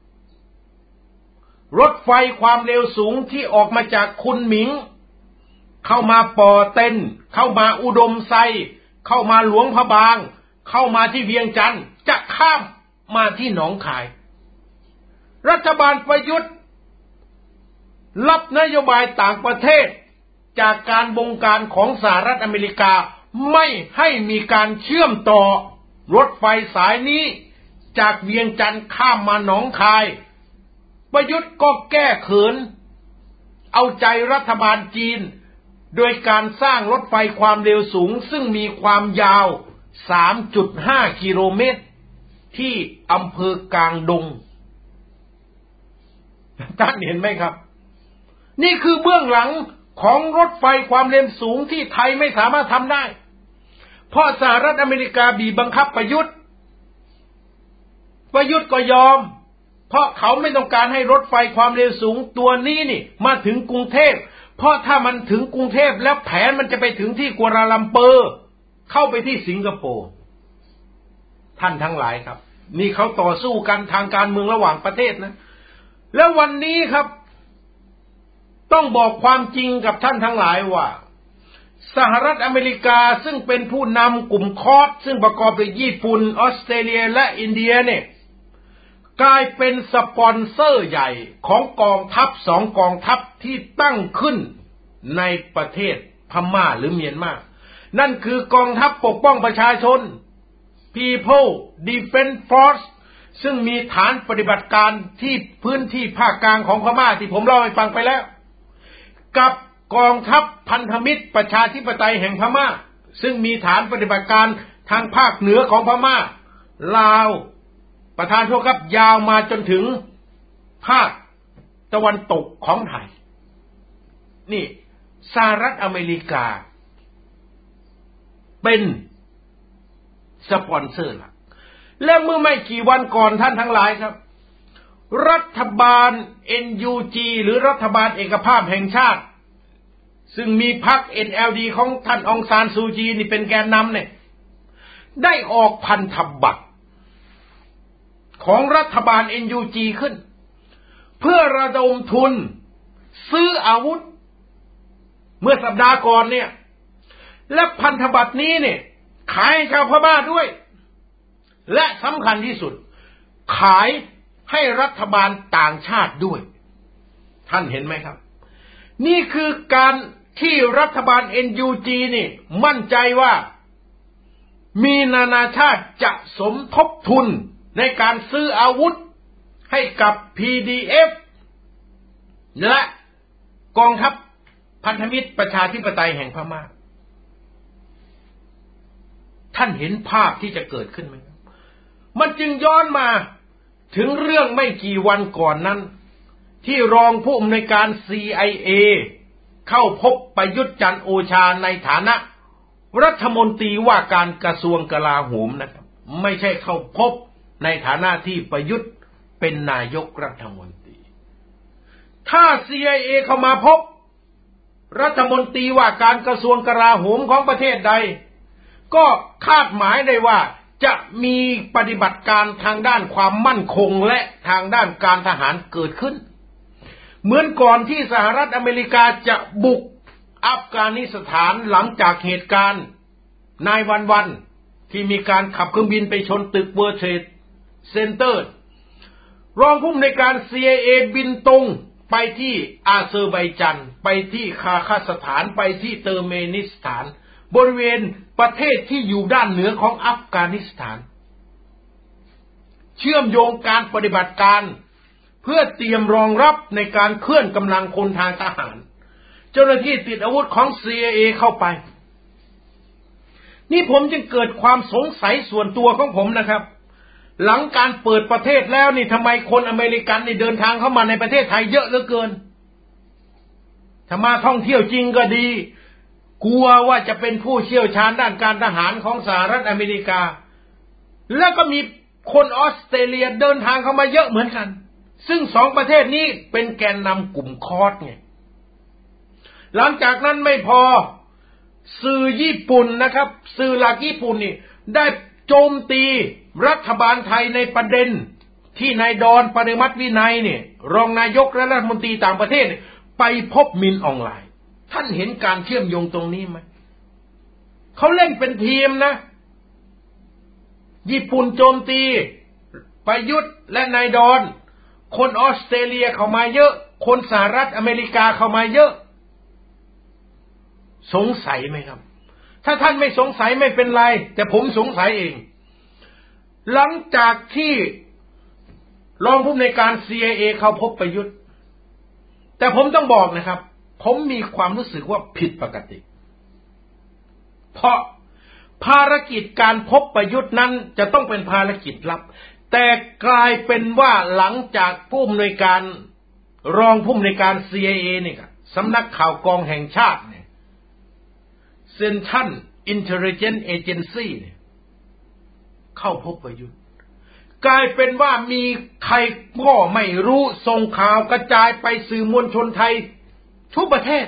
รถไฟความเร็วสูงที่ออกมาจากคุนหมิงเข้ามาปอเต็นเข้ามาอุดมไซเข้ามาหลวงพระบางเข้ามาที่เวียงจันทร์จะข้ามมาที่หนองคายรัฐบาลประยุทธ์รับนโยบายต่างประเทศจากการบงการของสหรัฐอเมริกาไม่ให้มีการเชื่อมต่อรถไฟสายนี้จากเวียงจันทร์ข้ามมาหนองคายประยุทธ์ก็แก้เขินเอาใจรัฐบาลจีนโดยการสร้างรถไฟความเร็วสูงซึ่งมีความยาว สามจุดห้า กิโลเมตรที่อำเภอกลางดงท่านเห็นไหมครับนี่คือเบื้องหลังของรถไฟความเร็วสูงที่ไทยไม่สามารถทำได้เพราะสหรัฐอเมริกาบีบบังคับประยุทธ์ประยุทธ์ก็ยอมเพราะเขาไม่ต้องการให้รถไฟความเร็วสูงตัวนี้นี่มาถึงกรุงเทพเพราะถ้ามันถึงกรุงเทพแล้วแผนมันจะไปถึงที่กัวลาลัมเปอร์เข้าไปที่สิงคโปร์ท่านทั้งหลายครับนี่เขาต่อสู้กันทางการเมืองระหว่างประเทศนะแล้ววันนี้ครับต้องบอกความจริงกับท่านทั้งหลายว่าสหรัฐอเมริกาซึ่งเป็นผู้นำกลุ่มคอร์สซึ่งประกอบด้วยญี่ปุ่นออสเตรเลียและอินเดียเนี่ยกลายเป็นสปอนเซอร์ใหญ่ของกองทัพสองกองทัพที่ตั้งขึ้นในประเทศพม่าหรือเมียนมานั่นคือกองทัพปกป้องประชาชน People Defense Force ซึ่งมีฐานปฏิบัติการที่พื้นที่ภาคกลางของพม่าที่ผมเล่าให้ฟังไปแล้วกับกองทัพพันธมิตรประชาธิปไตยแห่งพม่าซึ่งมีฐานปฏิบัติการทางภาคเหนือของพม่าลาวประธานโทษครับยาวมาจนถึงภาคตะวันตกของไทยนี่สหรัฐอเมริกาเป็นสปอนเซอร์หลักและเมื่อไม่กี่วันก่อนท่านทั้งหลายครับรัฐบาล เอ็น ยู จี หรือรัฐบาลเอกภาพแห่งชาติซึ่งมีพรรค เอ็น แอล ดี ของท่านองซานซูจีนี่เป็นแกนนำเนี่ยได้ออกพันธบัตรของรัฐบาล เอ็น ยู จี ขึ้นเพื่อระดมทุนซื้ออาวุธเมื่อสัปดาห์ก่อนเนี่ยและพันธบัตรนี้เนี่ยขายให้ชาวพม่าด้วยและสำคัญที่สุดขายให้รัฐบาลต่างชาติด้วยท่านเห็นไหมครับนี่คือการที่รัฐบาล เอ็น ยู จี นี่มั่นใจว่ามีนานาชาติจะสมทบทุนในการซื้ออาวุธให้กับ พี ดี เอฟ และกองทัพพันธมิตรประชาธิปไตยแห่งพม่าท่านเห็นภาพที่จะเกิดขึ้นไหมครับมันจึงย้อนมาถึงเรื่องไม่กี่วันก่อนนั้นที่รองผู้อำนวยการ ซี ไอ เอ เข้าพบประยุทธ์จันทร์โอชาในฐานะรัฐมนตรีว่าการกระทรวงกลาโหมนะครับไม่ใช่เข้าพบในฐานะที่ประยุทธ์เป็นนายกรัฐมนตรีถ้า ซี ไอ เอ เข้ามาพบรัฐมนตรีว่าการกระทรวงกลาโหมของประเทศใดก็คาดหมายได้ว่าจะมีปฏิบัติการทางด้านความมั่นคงและทางด้านการทหารเกิดขึ้นเหมือนก่อนที่สหรัฐอเมริกาจะบุกอัฟกานิสถานหลังจากเหตุการณ์นายวันวันที่มีการขับเครื่องบินไปชนตึก World Trade Center รองผู้อำนวยการ ซี ไอ เอ บินตรงไปที่อาเซอร์ไบจันไปที่คาซัคสถานไปที่เตอร์เมนิสถานบริเวณประเทศที่อยู่ด้านเหนือของอัฟกานิสถานเชื่อมโยงการปฏิบัติการเพื่อเตรียมรองรับในการเคลื่อนกำลังคนทางทหารเจ้าหน้าที่ติดอาวุธของ ซี ไอ เอ เข้าไปนี่ผมจึงเกิดความสงสัยส่วนตัวของผมนะครับหลังการเปิดประเทศแล้วนี่ทำไมคนอเมริกันนี่เดินทางเข้ามาในประเทศไทยเยอะเหลือเกินถ้ามาท่องเที่ยวจริงก็ดีกลัวว่าจะเป็นผู้เชี่ยวชาญด้านการทหารของสหรัฐอเมริกาแล้วก็มีคนออสเตรเลียเดินทางเข้ามาเยอะเหมือนกันซึ่งสองประเทศนี้เป็นแกนนำกลุ่มคอร์สไงหลังจากนั้นไม่พอสื่อญี่ปุ่นนะครับสื่อหลักญี่ปุ่นนี่ได้โจมตีรัฐบาลไทยในประเด็นที่นายดอนปริมัติวินัยเนี่ยรองนายกและรัฐมนตรีต่างประเทศไปพบมินออนไลน์ท่านเห็นการเชื่อมโยงตรงนี้ไหมเขาเล่นเป็นทีมนะญี่ปุ่นโจมตีประยุทธ์และนายดอนคนออสเตรเลียเข้ามาเยอะคนสหรัฐอเมริกาเข้ามาเยอะสงสัยไหมครับถ้าท่านไม่สงสัยไม่เป็นไรแต่ผมสงสัยเองหลังจากที่รองผู้อำนวยการ ซี ไอ เอ เข้าพบประยุทธ์แต่ผมต้องบอกนะครับผมมีความรู้สึกว่าผิดปกติเพราะภารกิจการพบประยุทธ์นั้นจะต้องเป็นภารกิจลับแต่กลายเป็นว่าหลังจากผู้อำนวยการรองผู้อำนวยการ ซี ไอ เอ นี่ครับสำนักข่าวกองแห่งชาติเนี่ย Central Intelligence Agency เนี่ยเข้าพบประยุทธ์กลายเป็นว่ามีใครก็ไม่รู้ส่งข่าวกระจายไปสื่อมวลชนไทยทุกประเทศ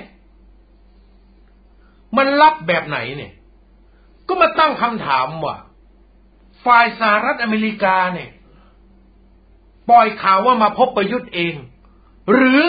มันลับแบบไหนเนี่ยก็มาตั้งคำถามว่าฝ่ายสหรัฐอเมริกาเนี่ยปล่อยข่าวว่ามาพบประยุทธ์เองหรือ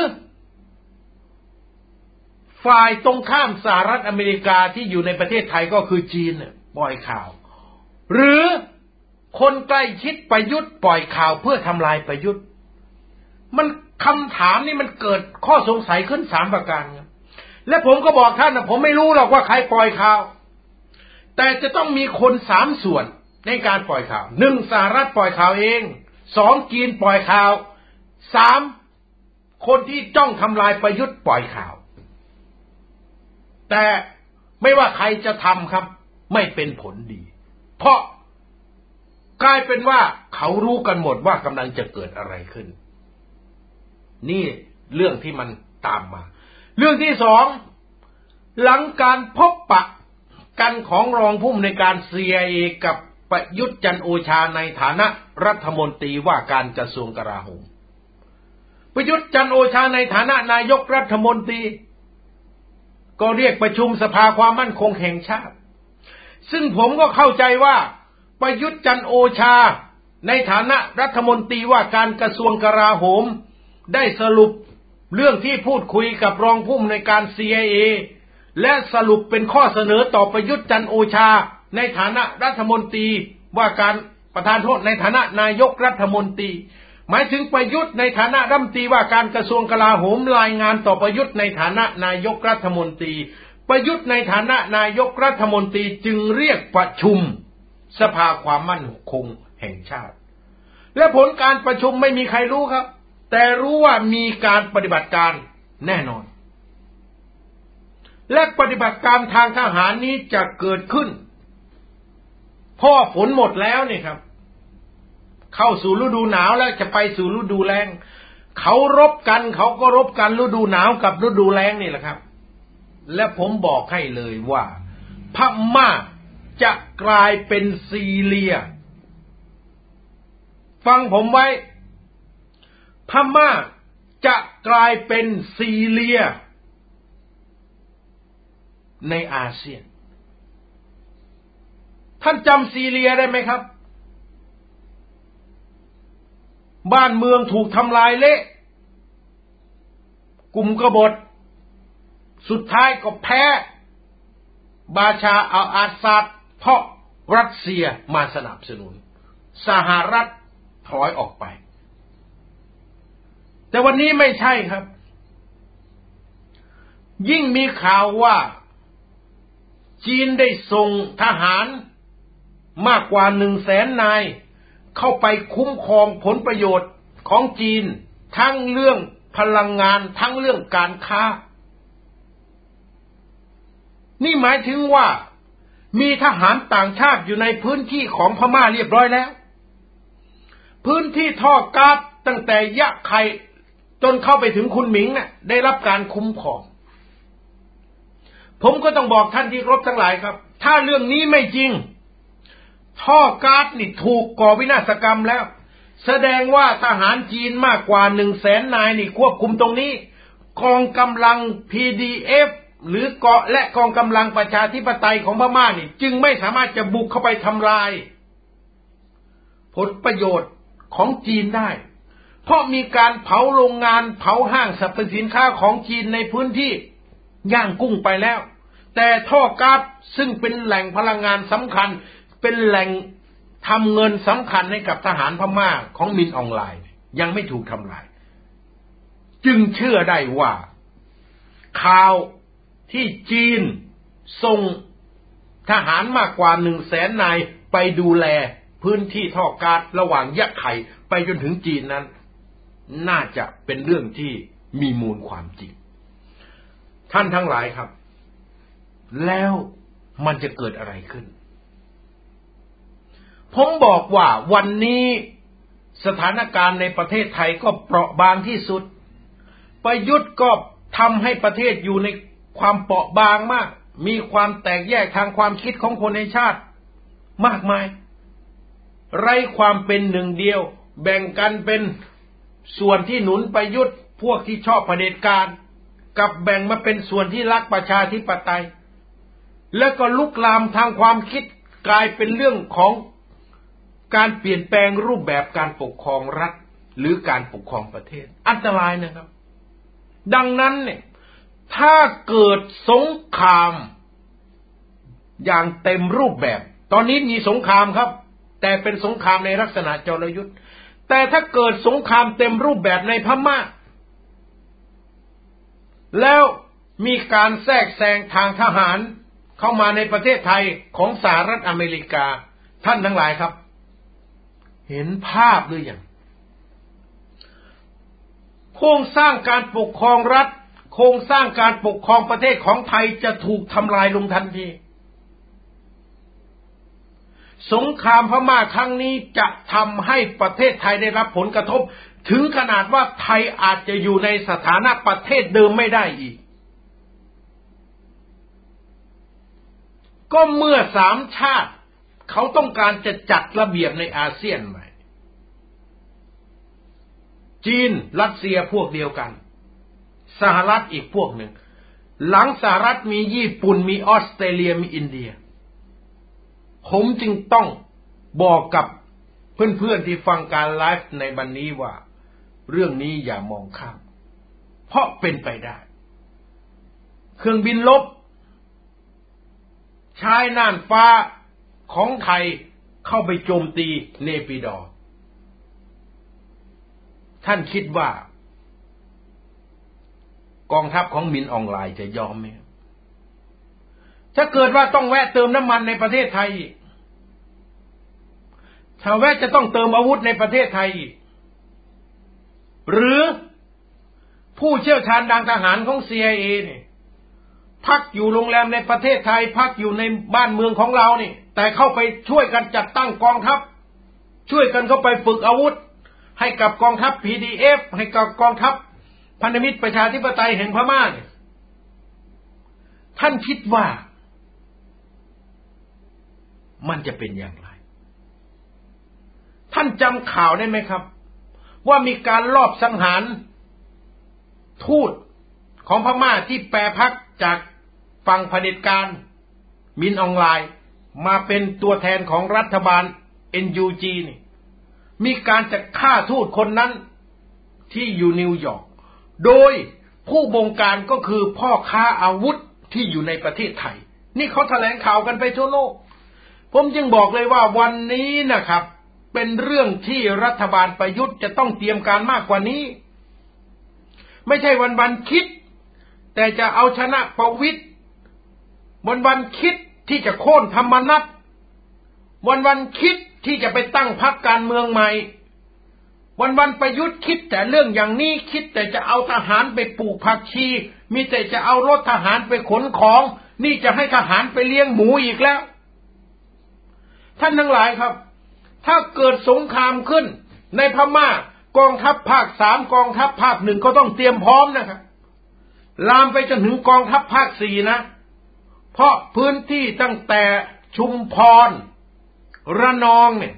ฝ่ายตรงข้ามสหรัฐอเมริกาที่อยู่ในประเทศไทยก็คือจีนเนี่ยปล่อยข่าวหรือคนใกล้ชิดประยุทธ์ปล่อยข่าวเพื่อทำลายประยุทธ์มันคำถามนี่มันเกิดข้อสงสัยขึ้นสามประการครับและผมก็บอกท่านนะผมไม่รู้หรอกว่าใครปล่อยข่าวแต่จะต้องมีคนสามส่วนในการปล่อยข่าวหนึ่งสหรัฐปล่อยข่าวเองสองจีนปล่อยข่าวสามคนที่จ้องทำลายประยุทธ์ปล่อยข่าวแต่ไม่ว่าใครจะทำครับไม่เป็นผลดีเพราะกลายเป็นว่าเขารู้กันหมดว่ากำลังจะเกิดอะไรขึ้นนี่เรื่องที่มันตามมาเรื่องที่สองหลังการพบปะกันของรองผู้อำนวยการ ซี ไอ เอ กับประยุทธ์จันทร์โอชาในฐานะรัฐมนตรีว่าการกระทรวงกลาโหมประยุทธ์จันทร์โอชาในฐานะนายกรัฐมนตรีก็เรียกประชุมสภาความมั่นคงแห่งชาติซึ่งผมก็เข้าใจว่าประยุทธ์จันทร์โอชาในฐานะรัฐมนตรีว่าการกระทรวงกลาโหมได้สรุปเรื่องที่พูดคุยกับรองผู้อำนวยการ ซี ไอ เอ และสรุปเป็นข้อเสนอต่อประยุทธ์จันทร์โอชาในฐานะรัฐมนตรีว่าการประธานโทษในฐานะนายกรัฐมนตรีหมายถึงประยุทธ์ในฐานะรัฐมนตรีว่าการกระทรวงกลาโหมรายงานต่อประยุทธ์ในฐานะนายกรัฐมนตรีประยุทธ์ในฐานะนายกรัฐมนตรีจึงเรียกประชุมสภาความมั่นคงแห่งชาติและผลการประชุมไม่มีใครรู้ครับแต่รู้ว่ามีการปฏิบัติการแน่นอนและปฏิบัติการทางทหารนี้จะเกิดขึ้นเพราะฝนหมดแล้วนี่ครับเข้าสู่ฤดูหนาวแล้วจะไปสู่ฤดูแล้งเขารบกันเขาก็รบกันฤดูหนาวกับฤดูแล้งนี่แหละครับและผมบอกให้เลยว่าพม่าจะกลายเป็นซีเรียฟังผมไว้พม่าจะกลายเป็นซีเรียในอาเซียนท่านจำซีเรียได้ไหมครับบ้านเมืองถูกทำลายเละกลุ่มกบฏสุดท้ายก็แพ้บาชาอัลอาซัดเพราะรัสเซียมาสนับสนุนสหรัฐถอยออกไปแต่วันนี้ไม่ใช่ครับยิ่งมีข่าวว่าจีนได้ส่งทหารมากกว่าหนึ่งแสนนายเข้าไปคุ้มครองผลประโยชน์ของจีนทั้งเรื่องพลังงานทั้งเรื่องการค้านี่หมายถึงว่ามีทหารต่างชาติอยู่ในพื้นที่ของพม่าเรียบร้อยแล้วพื้นที่ท่อก๊าซตั้งแต่ยะไข่จนเข้าไปถึงคุนหมิงน่ะได้รับการคุ้มครองผมก็ต้องบอกท่านที่เคารพทั้งหลายครับถ้าเรื่องนี้ไม่จริงท่อก๊าซนี่ถูกก่อวินาศกรรมแล้วแสดงว่าทหารจีนมากกว่าหนึ่งแสนนายนี่ควบคุมตรงนี้กองกำลัง พี ดี เอฟ หรือเกาะและกองกำลังประชาธิปไตยของพม่านี่จึงไม่สามารถจะบุกเข้าไปทำลายผลประโยชน์ของจีนได้เพราะมีการเผาโรงงานเผาห้างสรรพสินค้าของจีนในพื้นที่ย่างกุ้งไปแล้วแต่ท่อก๊าซซึ่งเป็นแหล่งพลังงานสำคัญเป็นแหล่งทำเงินสำคัญให้กับทหารพม่าของมินอองไลน์ยังไม่ถูกทำลายจึงเชื่อได้ว่าข่าวที่จีนส่งทหารมากกว่าหนึ่งแสนนายไปดูแลพื้นที่ท่อก๊าซระหว่างยะไข่ไปจนถึงจีนนั้นน่าจะเป็นเรื่องที่มีมูลความจริงท่านทั้งหลายครับแล้วมันจะเกิดอะไรขึ้นผมบอกว่าวันนี้สถานการณ์ในประเทศไทยก็เปราะบางที่สุดประยุทธ์ก็ทำให้ประเทศอยู่ในความเปราะบางมากมีความแตกแยกทางความคิดของคนในชาติมากมายไร้ความเป็นหนึ่งเดียวแบ่งกันเป็นส่วนที่หนุนประยุทธ์พวกที่ชอบเผด็จการกับแบ่งมาเป็นส่วนที่รักประชาธิปไตยแล้วก็ลุกลามทางความคิดกลายเป็นเรื่องของการเปลี่ยนแปลงรูปแบบการปกครองรัฐหรือการปกครองประเทศอันตรายนะครับดังนั้นเนี่ยถ้าเกิดสงครามอย่างเต็มรูปแบบตอนนี้มีสงครามครับแต่เป็นสงครามในลักษณะจรยุทธ์แต่ถ้าเกิดสงครามเต็มรูปแบบในพม่าแล้วมีการแทรกแซงทางทหารเข้ามาในประเทศไทยของสหรัฐอเมริกาท่านทั้งหลายครับเห็นภาพหรือยังโครงสร้างการปกครองรัฐโครงสร้างการปกครองประเทศของไทยจะถูกทำลายลงทันทีสงครามพม่าครั้งนี้จะทำให้ประเทศไทยได้รับผลกระทบถึงขนาดว่าไทยอาจจะอยู่ในสถานะประเทศเดิมไม่ได้อีกก็เมื่อสามชาติเขาต้องการจะจัดระเบียบในอาเซียนใหม่จีนรัสเซียพวกเดียวกันสหรัฐอีกพวกหนึ่งหลังสหรัฐมีญี่ปุ่นมีออสเตรเลียมีอินเดียผมจึงต้องบอกกับเพื่อนๆที่ฟังการไลฟ์ในวันนี้ว่าเรื่องนี้อย่ามองข้ามเพราะเป็นไปได้เครื่องบินรบใช้น่านฟ้าของไทยเข้าไปโจมตีเนปิดอร์ท่านคิดว่ากองทัพของมินอองไลน์จะยอมไหมถ้าเกิดว่าต้องแวะเติมน้ำมันในประเทศไทยอีกถ้าแวะจะต้องเติมอาวุธในประเทศไทยอีกหรือผู้เชี่ยวชาญทางทหารของ ซี ไอ เอ เนี่ยพักอยู่โรงแรมในประเทศไทยพักอยู่ในบ้านเมืองของเรานี่แต่เข้าไปช่วยกันจัดตั้งกองทัพช่วยกันเข้าไปฝึกอาวุธให้กับกองทัพ พี ดี เอฟ ให้กับกองทัพพันธมิตรประชาธิปไตยแห่งพม่าเนี่ยท่านคิดว่ามันจะเป็นอย่างไรท่านจำข่าวได้ไหมครับว่ามีการลอบสังหารทูตของพม่าที่แปรพักจากฝั่งเผด็จการมินอองไลน์มาเป็นตัวแทนของรัฐบาล เอ็น ยู จี นี่มีการจะฆ่าทูตคนนั้นที่อยู่นิวยอร์กโดยผู้บงการก็คือพ่อค้าอาวุธที่อยู่ในประเทศไทยนี่เขาแถลงข่าวกันไปทั่วโลกผมจึงบอกเลยว่าวันนี้นะครับเป็นเรื่องที่รัฐบาลประยุทธ์จะต้องเตรียมการมากกว่านี้ไม่ใช่วันๆคิดแต่จะเอาชนะประวิตรวันๆคิดที่จะโค่นธรรมนัสวันๆคิดที่จะไปตั้งพรรคการเมืองใหม่วันๆประยุทธ์คิดแต่เรื่องอย่างนี้คิดแต่จะเอาทหารไปปลูกผักชีมีแต่จะเอารถทหารไปขนของนี่จะให้ทหารไปเลี้ยงหมูอีกแล้วท่านทั้งหลายครับถ้าเกิดสงครามขึ้นในพม่ากองทัพภาคสามกองทัพภาคหนึ่งก็ต้องเตรียมพร้อมนะครับลามไปจนถึงกองทัพภาคสี่นะเพราะพื้นที่ตั้งแต่ชุมพรระนองเนี่ย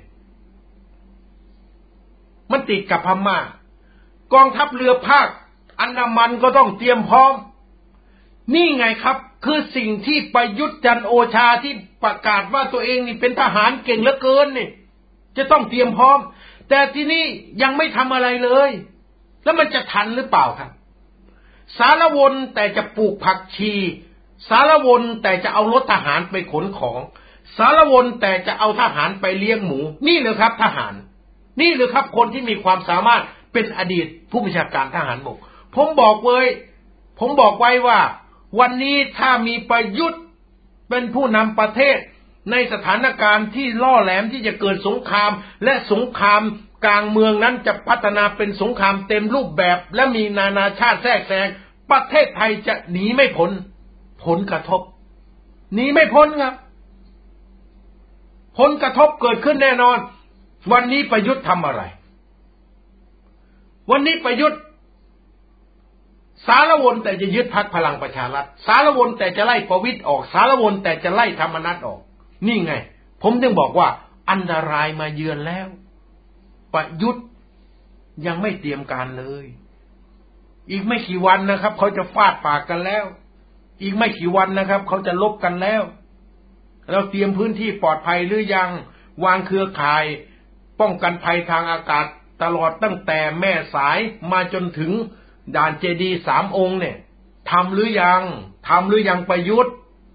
มันติดกับพม่ากองทัพเรือภาคอันดามันก็ต้องเตรียมพร้อมนี่ไงครับคือสิ่งที่ประยุทธ์จันทร์โอชาที่ประกาศว่าตัวเองนี่เป็นทหารเก่งเหลือเกินนี่จะต้องเตรียมพร้อมแต่ที่นี่ยังไม่ทำอะไรเลยแล้วมันจะทันหรือเปล่าครับสารวนแต่จะปลูกผักชีสารวนแต่จะเอารถทหารไปขนของสารวนแต่จะเอาทหารไปเลี้ยงหมูนี่เลยครับทหารนี่เลยครับคนที่มีความสามารถเป็นอดีตผู้บัญชาการทหารบกผมบอกไว้ผมบอกไว้ว่าวันนี้ถ้ามีประยุทธ์เป็นผู้นำประเทศในสถานการณ์ที่ล่อแหลมที่จะเกิดสงครามและสงครามกลางเมืองนั้นจะพัฒนาเป็นสงครามเต็มรูปแบบและมีนานาชาติแทรกแซงประเทศไทยจะหนีไม่พ้นผลกระทบหนีไม่พ้นครับผลกระทบเกิดขึ้นแน่นอนวันนี้ประยุทธ์ทำอะไรวันนี้ประยุทธ์สารวนแต่จะยึดพรรคพลังประชารัฐสารวนแต่จะไล่ประวิตรออกสารวนแต่จะไล่ธรรมนัสออกนี่ไงผมจึงบอกว่าอันตรายมาเยือนแล้วประยุทธ์ยังไม่เตรียมการเลยอีกไม่กี่วันนะครับเขาจะฟาดปากกันแล้วอีกไม่กี่วันนะครับเขาจะลบกันแล้วเราเตรียมพื้นที่ปลอดภัยหรือยังวางเครือข่ายป้องกันภัยทางอากาศตลอดตั้งแต่แม่สายมาจนถึงด่านเจดีย์สามองค์เนี่ยทำหรือยังทำหรือยังประยุทธ์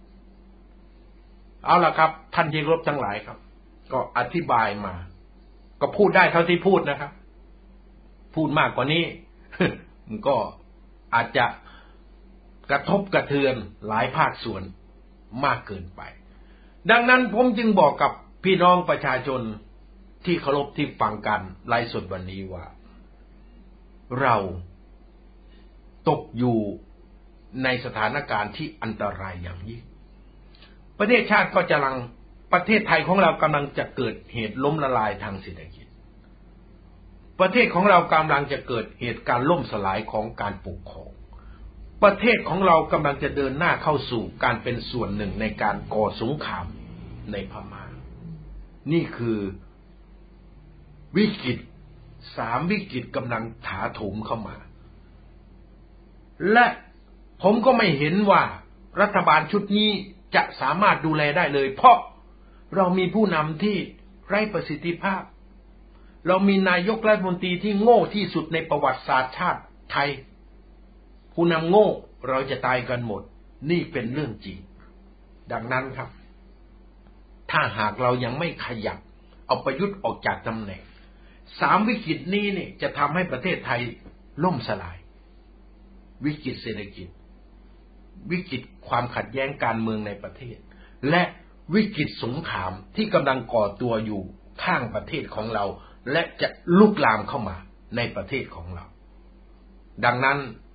เอาล่ะครับท่านที่เคารพทั้งหลายครับก็อธิบายมาก็พูดได้เท่าที่พูดนะครับพูดมากกว่านี้ ก็อาจจะกระทบกระเทือนหลายภาคส่วนมากเกินไปดังนั้นผมจึงบอกกับพี่น้องประชาชนที่เคารพที่ฟังกันไลฟ์สดวันนี้ว่าเราตกอยู่ในสถานการณ์ที่อันตรายอย่างยิ่งประเทศชาติก็กำลังประเทศไทยของเรากำลังจะเกิดเหตุล้มละลายทางเศรษฐกิจประเทศของเรากำลังจะเกิดเหตุการล่มสลายของการปกครองประเทศของเรากำลังจะเดินหน้าเข้าสู่การเป็นส่วนหนึ่งในการก่อสงครามในพม่านี่คือวิกฤตสามวิกฤตกำลังถาโถมเข้ามาและผมก็ไม่เห็นว่ารัฐบาลชุดนี้จะสามารถดูแลได้เลยเพราะเรามีผู้นำที่ไร้ประสิทธิภาพเรามีนายกรัฐมนตรีที่โง่ที่สุดในประวัติศาสตร์ชาติไทยผู้นำโง่เราจะตายกันหมดนี่เป็นเรื่องจริงดังนั้นครับถ้าหากเรายังไม่ขยับเอาประยุทธ์ออกจากตำแหน่งสามวิกฤตนี้เนี่ยจะทำให้ประเทศไทยล่มสลายวิกฤตเศรษฐกิจวิกฤตความขัดแย้งการเมืองในประเทศและวิกฤตสงครามที่กำลังก่อตัวอยู่ข้างประเทศของเราและจะลุกลามเข้ามาในประเทศของเราดังนั้น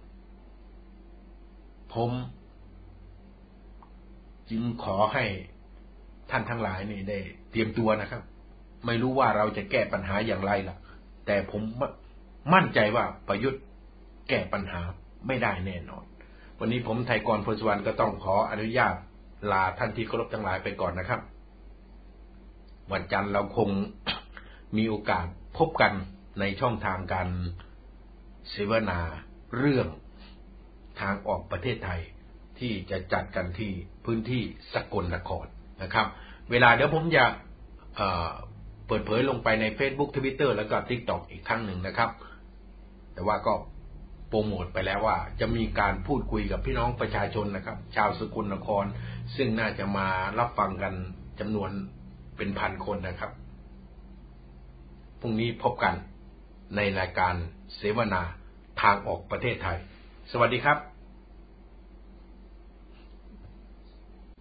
ผมจึงขอให้ท่านทั้งหลายนี่ได้เตรียมตัวนะครับไม่รู้ว่าเราจะแก้ปัญหาอย่างไรล่ะแต่ผมมั่นใจว่าประยุทธ์แก้ปัญหาไม่ได้แน่นอนวันนี้ผมไทยกร พลสุวรรณก็ต้องขออนุญาตลาท่านที่เคารพทั้งหลายไปก่อนนะครับวันจันทร์เราคง มีโอกาสพบกันในช่องทางการเสวนาเรื่องทางออกประเทศไทยที่จะจัดกันที่พื้นที่สกลนครนะครับเวลาเดี๋ยวผมจะเอ่อเปิดเผยลงไปใน Facebook Twitter แล้วก็ TikTok อีกครั้งหนึ่งนะครับแต่ว่าก็โปรโมทไปแล้วว่าจะมีการพูดคุยกับพี่น้องประชาชนนะครับชาวสกลนครซึ่งน่าจะมารับฟังกันจำนวนเป็นพันคนนะครับพรุ่งนี้พบกันในรายการเสวนาทางออกประเทศไทยสวัสดีครับ